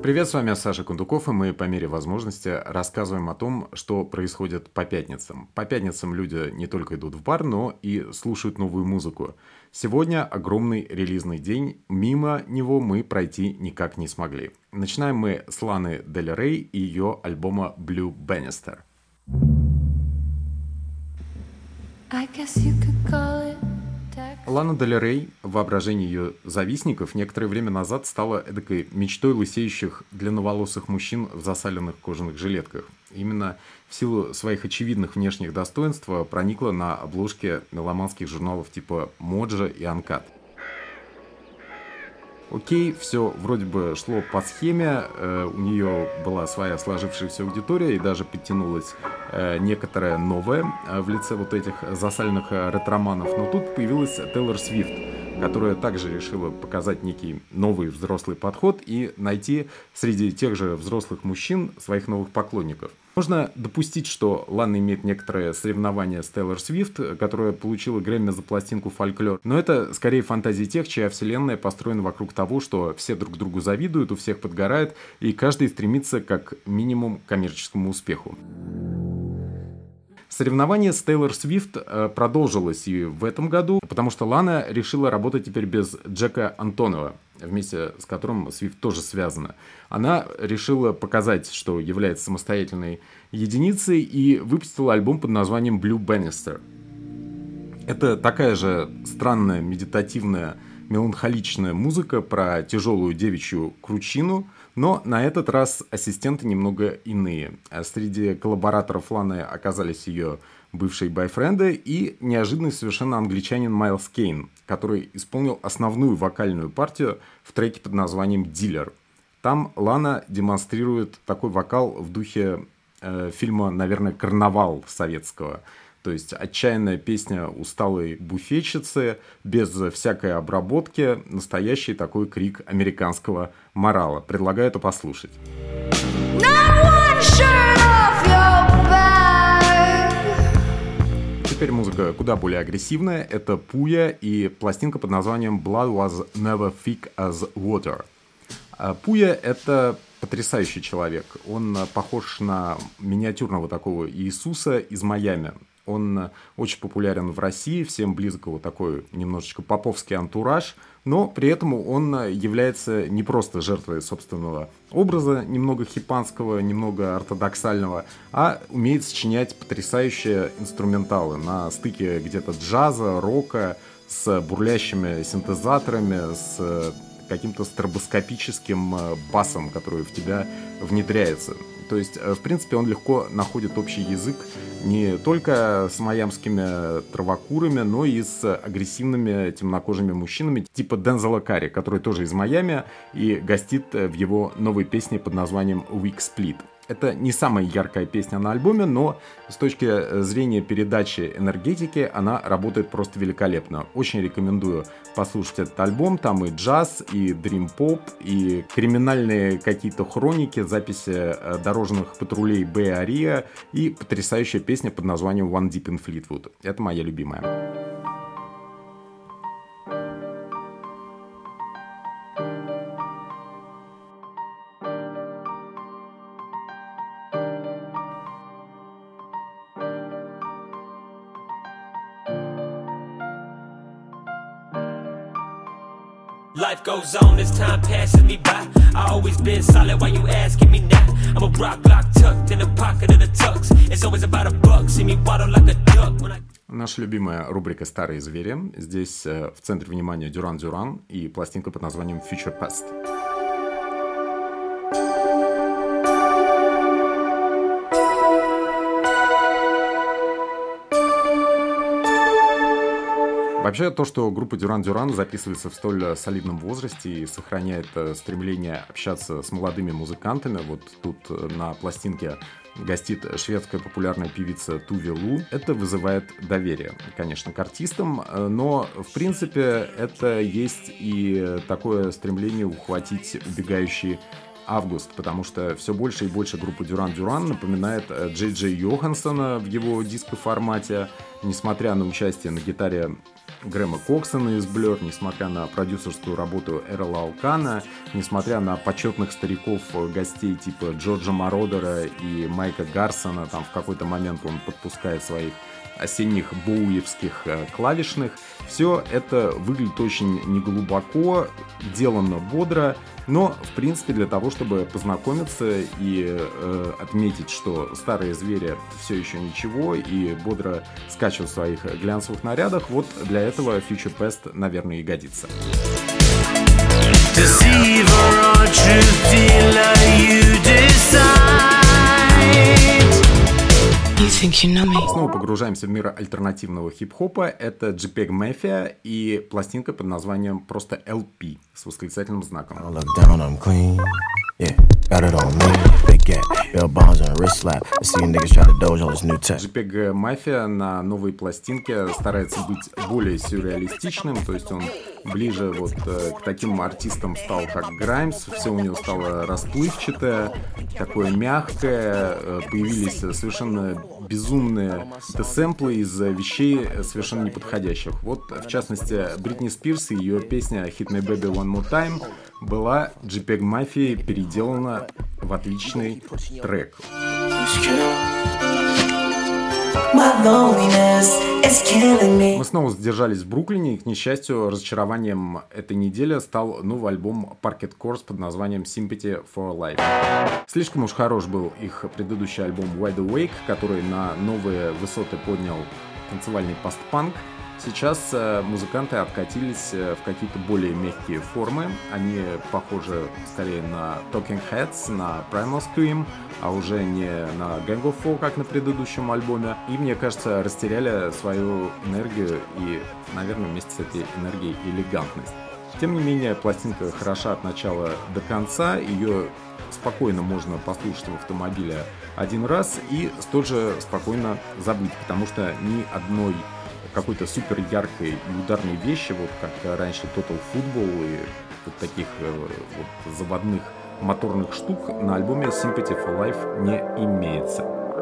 Привет, с вами Саша Кондуков, и мы по мере возможности рассказываем о том, что происходит по пятницам. По пятницам люди не только идут в бар, но и слушают новую музыку. Сегодня огромный релизный день, мимо него мы пройти никак не смогли. Начинаем мы с Ланы Дель Рей и ее альбома Blue Bannister. Лана Дель Рей, в воображении ее завистников, некоторое время назад стала эдакой мечтой лысеющих длинноволосых мужчин в засаленных кожаных жилетках. Именно в силу своих очевидных внешних достоинств проникла на обложки меломанских журналов типа Моджа и Анкат. Окей, все вроде бы шло по схеме, у нее была своя сложившаяся аудитория и даже подтянулась некоторая новая в лице вот этих засаленных ретроманов, но тут появилась Тейлор Свифт, которая также решила показать некий новый взрослый подход и найти среди тех же взрослых мужчин своих новых поклонников. Можно допустить, что Лана имеет некоторое соревнование с Тейлор Свифт, которая получила Грэмми за пластинку «Фольклор», но это скорее фантазии тех, чья вселенная построена вокруг того, что все друг другу завидуют, у всех подгорает, и каждый стремится как минимум к коммерческому успеху. Соревнование с Тейлор Свифт продолжилось и в этом году, потому что Лана решила работать теперь без Джека Антонова, вместе с которым Свифт тоже связана. Она решила показать, что является самостоятельной единицей, и выпустила альбом под названием Blue Bannister. Это такая же странная, медитативная, меланхоличная музыка про тяжелую девичью кручину, но на этот раз ассистенты немного иные. Среди коллабораторов Ланы оказались ее бывшие бойфренды и неожиданный совершенно англичанин Майлз Кейн, который исполнил основную вокальную партию в треке под названием «Дилер». Там Лана демонстрирует такой вокал в духе фильма, наверное, «Карнавал» советского. То есть отчаянная песня усталой буфетчицы, без всякой обработки, настоящий такой крик американского морала. Предлагаю это послушать. Теперь музыка куда более агрессивная. Это Пуя и пластинка под названием Blood Was Never Thick as Water. Пуя — это потрясающий человек. Он похож на миниатюрного такого Иисуса из Майами. Он очень популярен в России, всем близок его такой немножечко поповский антураж, но при этом он является не просто жертвой собственного образа, немного хипанского, немного ортодоксального, а умеет сочинять потрясающие инструменталы на стыке где-то джаза, рока, с бурлящими синтезаторами, с каким-то стробоскопическим басом, который в тебя внедряется. То есть, в принципе, он легко находит общий язык не только с майамскими травокурами, но и с агрессивными темнокожими мужчинами типа Дензела Карри, который тоже из Майами и гостит в его новой песне под названием «Weak Split». Это не самая яркая песня на альбоме, но с точки зрения передачи энергетики она работает просто великолепно. Очень рекомендую послушать этот альбом. Там и джаз, и дрим-поп, и криминальные какие-то хроники, записи дорожных патрулей Бэй Ария и потрясающая песня под названием One Deep in Fleetwood. Это моя любимая. Life goes on as time passes me by. I always been solid, why you asking me now? I'm a rock lock tucked in the pocket of the tux. It's always about a buck, see me waddle like a duck when I... Наша любимая рубрика «Старые звери». Здесь в центре внимания Дюран Дюран и пластинка под названием Future Past. Вообще, то, что группа Дюран Дюран записывается в столь солидном возрасте и сохраняет стремление общаться с молодыми музыкантами, вот тут на пластинке гостит шведская популярная певица Туви Лу, это вызывает доверие, конечно, к артистам, но, в принципе, это есть и такое стремление ухватить убегающий август, потому что все больше и больше группа Дюран Дюран напоминает Джей Джей Йоханссона в его диско-формате, несмотря на участие на гитаре Грэма Коксона из Blur, несмотря на продюсерскую работу Эрла Алкана, несмотря на почетных стариков-гостей типа Джорджа Мородера и Майка Гарсона, там в какой-то момент он подпускает своих осенних боуевских клавишных. Все это выглядит очень неглубоко, делано бодро, но, в принципе, для того, чтобы познакомиться и отметить, что старые звери все еще ничего и бодро скачут в своих глянцевых нарядах, вот для этого Future Past, наверное, и годится. Снова погружаемся в мир альтернативного хип-хопа. Это JPEG Mafia и пластинка под названием просто LP с восклицательным знаком. JPEG Mafia на новой пластинке старается быть более сюрреалистичным, то есть он ближе вот к таким артистам стал, как Граймс. Все у него стало расплывчатое, такое мягкое, появились совершенно безумные сэмплы из вещей совершенно неподходящих. Вот, в частности, Бритни Спирс и ее песня Hit Me Baby One More Time была JPEG Mafia переделана в отличный трек. Мы снова задержались в Бруклине, и, к несчастью, разочарованием этой недели стал новый альбом Parquet Courts под названием Sympathy for Life. Слишком уж хорош был их предыдущий альбом Wide Awake, который на новые высоты поднял танцевальный постпанк. Сейчас музыканты откатились в какие-то более мягкие формы. Они похожи скорее на Talking Heads, на Primal Scream, а уже не на Gang of Four, как на предыдущем альбоме. И, мне кажется, растеряли свою энергию и, наверное, вместе с этой энергией элегантность. Тем не менее, пластинка хороша от начала до конца. Ее спокойно можно послушать в автомобиле один раз и столь же спокойно забыть, потому что ни одной какой-то супер яркой и ударной вещи, вот как раньше Total Football и вот таких вот заводных моторных штук на альбоме Sympathy for Life не имеется.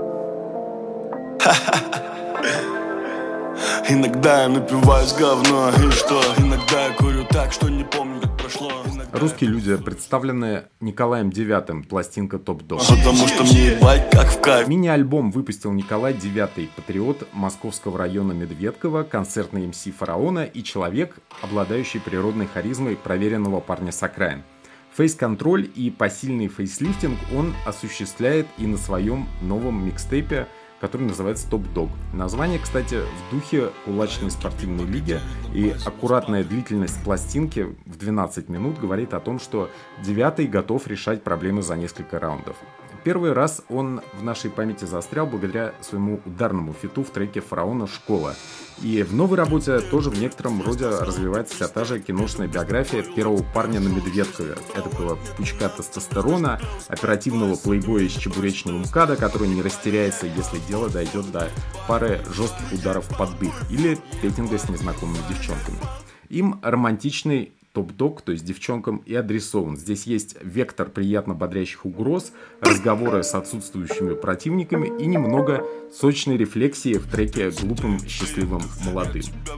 Иногда я напиваюсь говно, и что? Иногда я курю так, что не помню, как прошло. Русские люди представлены Николаем Девятым, пластинка Топ-Дог. Потому что мне ебать как в кайф. Мини-альбом выпустил Николай Девятый, патриот московского района Медведково, концертный МС Фараона и человек, обладающий природной харизмой проверенного парня с окраин. Фейс-контроль и посильный фейслифтинг он осуществляет и на своем новом микстейпе, который называется Топ-Дог. Название, кстати, в духе кулачной спортивной лиги, и аккуратная длительность пластинки в 12 минут говорит о том, что Девятый готов решать проблемы за несколько раундов. Первый раз он в нашей памяти застрял благодаря своему ударному фиту в треке Фараона «Школа». И в новой работе тоже в некотором роде развивается вся та же киношная биография первого парня на Медведкове, эдакого пучка тестостерона, оперативного плейбоя из чебуречного МКАДа, который не растеряется, если дело дойдет до пары жестких ударов под дых или петинга с незнакомыми девчонками. Им романтичный Топ-Дог, то есть девчонкам, и адресован. Здесь есть вектор приятно бодрящих угроз, разговоры с отсутствующими противниками и немного сочной рефлексии в треке «Глупым, счастливым, молодым».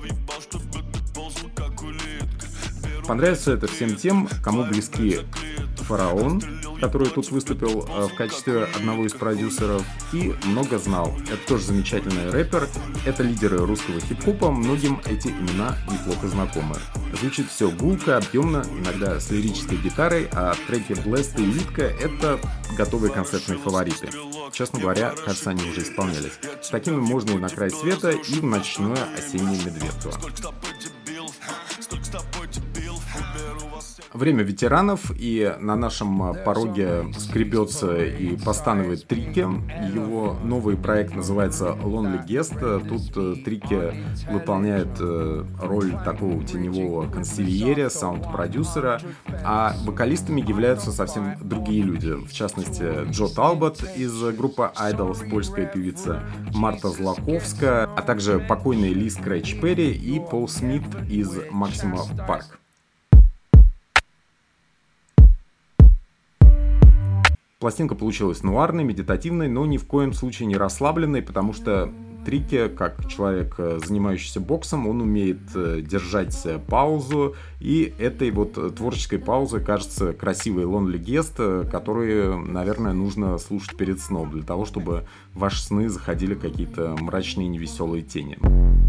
Понравится это всем тем, кому близки Фараон, который тут выступил в качестве одного из продюсеров, и Много Знал. Это тоже замечательный рэпер, это лидеры русского хип-хопа, многим эти имена неплохо знакомы. Звучит все гулко, объемно, иногда с лирической гитарой, а треки Blessed и Литка — это готовые концертные фавориты. Честно говоря, кажется, они уже исполнялись. С такими можно и на край света, и в ночное осеннее Медведково. Время ветеранов, и на нашем пороге скребется и постанывает Трики. Его новый проект называется Lonely Guest. Тут Трики выполняет роль такого теневого консильера, саунд-продюсера, а вокалистами являются совсем другие люди. В частности, Джо Талбот из группы Idols, польская певица, Марта Злаковская, а также покойный Ли Скрэч Перри и Пол Смит из Максима Парк. Пластинка получилась нуарной, медитативной, но ни в коем случае не расслабленной, потому что трики, как человек, занимающийся боксом, он умеет держать паузу, и этой вот творческой паузой кажется красивый Lonely Guest, который, наверное, нужно слушать перед сном, для того, чтобы в ваши сны заходили какие-то мрачные невеселые тени.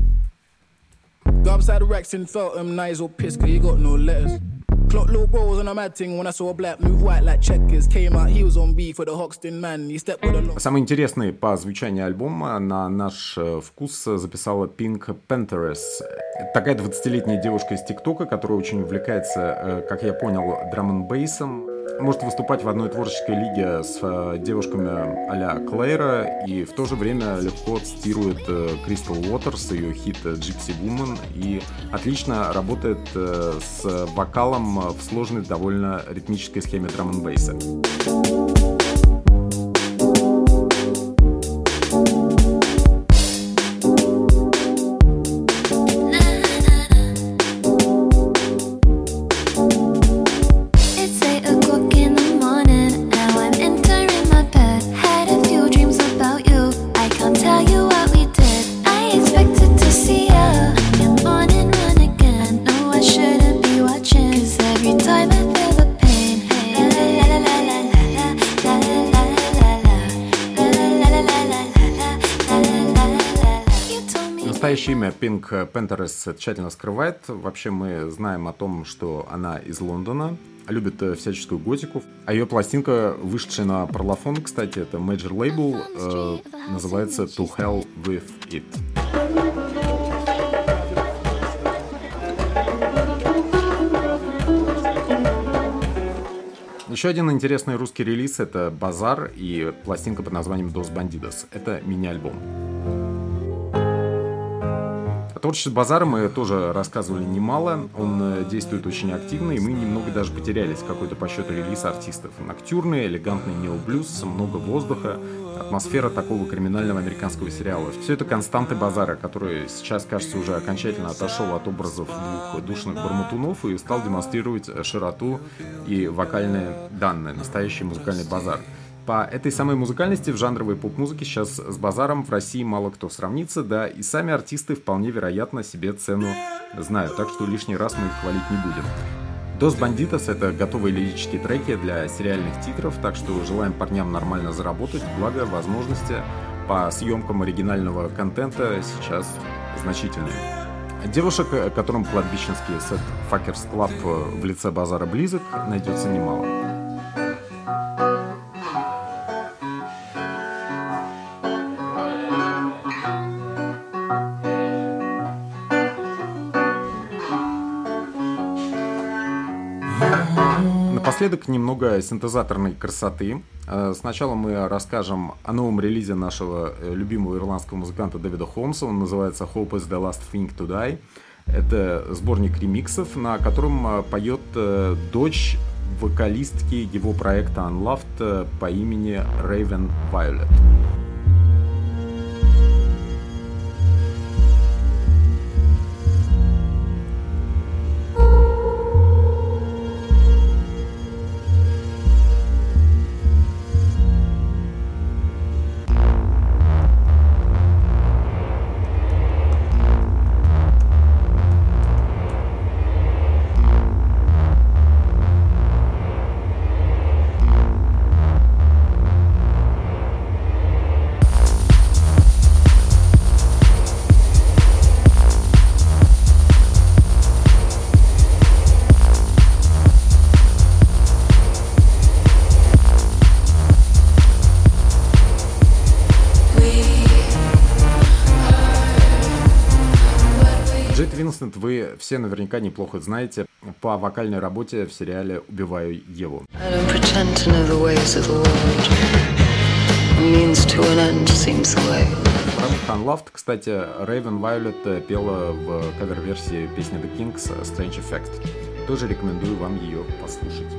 Clock little bros on a mad thing when I saw a black move white like checkers. Came out, he was on beef with a Hoxton man. He stepped with a long... Самый интересный по звучанию альбома на наш вкус записала Pink Panthers. Такая 20-летняя девушка из ТикТока, которая очень увлекается, как я понял, драм-н-бейсом. Может выступать в одной творческой лиге с девушками а-ля Клэйра и в то же время легко цитирует Crystal Waters, ее хит Gypsy Woman, и отлично работает с вокалом в сложной довольно ритмической схеме драм-н-бейса. Настоящее имя Pink Panthers тщательно скрывает. Вообще мы знаем о том, что она из Лондона, любит всяческую готику. А ее пластинка, вышедшая на Parlophone, кстати, это Major Label, называется To Hell With It. Еще один интересный русский релиз — это Базар и пластинка под названием Dos Bandidos. Это мини-альбом. О творчестве Базара мы тоже рассказывали немало, он действует очень активно, и мы немного даже потерялись в какой-то по счету релиз артистов. Ноктюрный, элегантный необлюз, много воздуха, атмосфера такого криминального американского сериала. Все это константы Базара, который сейчас, кажется, уже окончательно отошел от образов двух душных бормотунов и стал демонстрировать широту и вокальные данные, настоящий музыкальный Базар. По этой самой музыкальности в жанровой поп-музыке сейчас с Базаром в России мало кто сравнится, да и сами артисты вполне вероятно себе цену знают, так что лишний раз мы их хвалить не будем. Dos Bandidos — это готовые лирические треки для сериальных титров, так что желаем парням нормально заработать, благо возможности по съемкам оригинального контента сейчас значительные. Девушек, которым кладбищенский сет Fuckers Club в лице Базара близок, найдется немало. Напоследок немного синтезаторной красоты. Сначала мы расскажем о новом релизе нашего любимого ирландского музыканта Дэвида Холмса. Он называется Hope is the Last Thing to Die. Это сборник ремиксов, на котором поет дочь вокалистки его проекта Unloved по имени Raven Violet. Вы все наверняка неплохо знаете по вокальной работе в сериале «Убиваю Еву». Unloved, кстати, Raven Violet пела в кавер-версии песни The Kings Strange Effect. Тоже рекомендую вам ее послушать.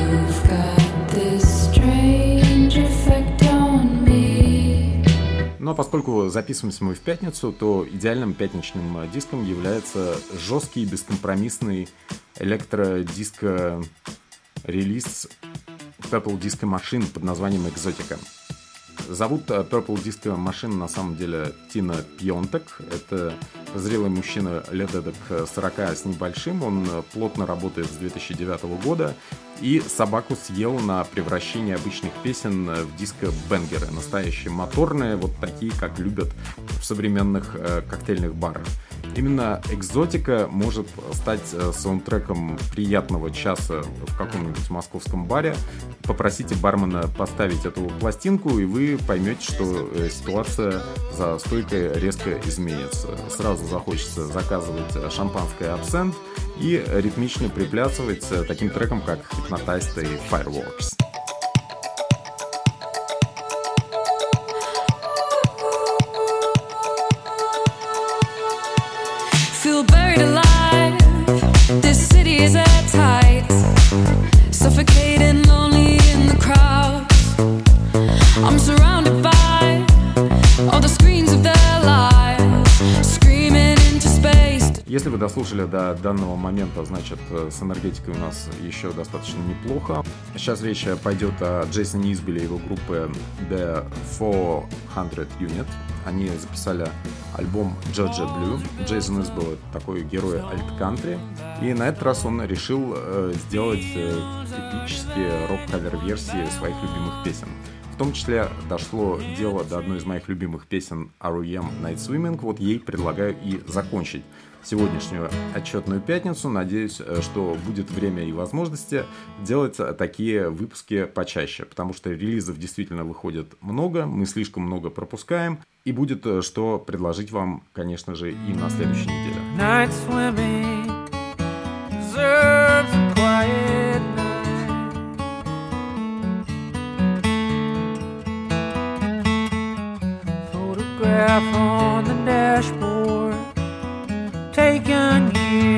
Но а поскольку записываемся мы в пятницу, то идеальным пятничным диском является жесткий, бескомпромиссный электродиско-релиз Purple Disco Machine под названием «Экзотика». Зовут Purple Disco Machine на самом деле Тина Пьонтек. Это зрелый мужчина лет эдак 40 с небольшим. Он плотно работает с 2009 года и собаку съел на превращение обычных песен в диско-бенгеры. Настоящие моторные, вот такие, как любят в современных коктейльных барах. Именно «Экзотика» может стать саундтреком приятного часа в каком-нибудь московском баре. Попросите бармена поставить эту пластинку, и вы поймете, что ситуация за стойкой резко изменится. Сразу захочется заказывать шампанское «Абсент» и ритмично приплясывать таким треком, как «Hypnotized» и «Fireworks». Feel buried alive. This city is at tight. Suffocating, lonely in the crowd. I'm surrounded by all the screens of their lives, screaming into space. Если вы дослушали до данного момента, значит, с энергетикой у нас еще достаточно неплохо. Сейчас речь пойдет о Джейсоне Избеле и его группе The 400 Unit. Они записали альбом Georgia Blue. Джейсон Избел — это такой герой альт-кантри. И на этот раз он решил сделать эпические рок-кавер-версии своих любимых песен. В том числе дошло дело до одной из моих любимых песен R.E.M. Night Swimming. Вот ей предлагаю и закончить сегодняшнюю отчетную пятницу. Надеюсь, что будет время и возможности делать такие выпуски почаще, потому что релизов действительно выходит много, мы слишком много пропускаем, и будет что предложить вам, конечно же, и на следующей неделе. Night swimming deserves a quiet night. Photograph on the dashboard taken years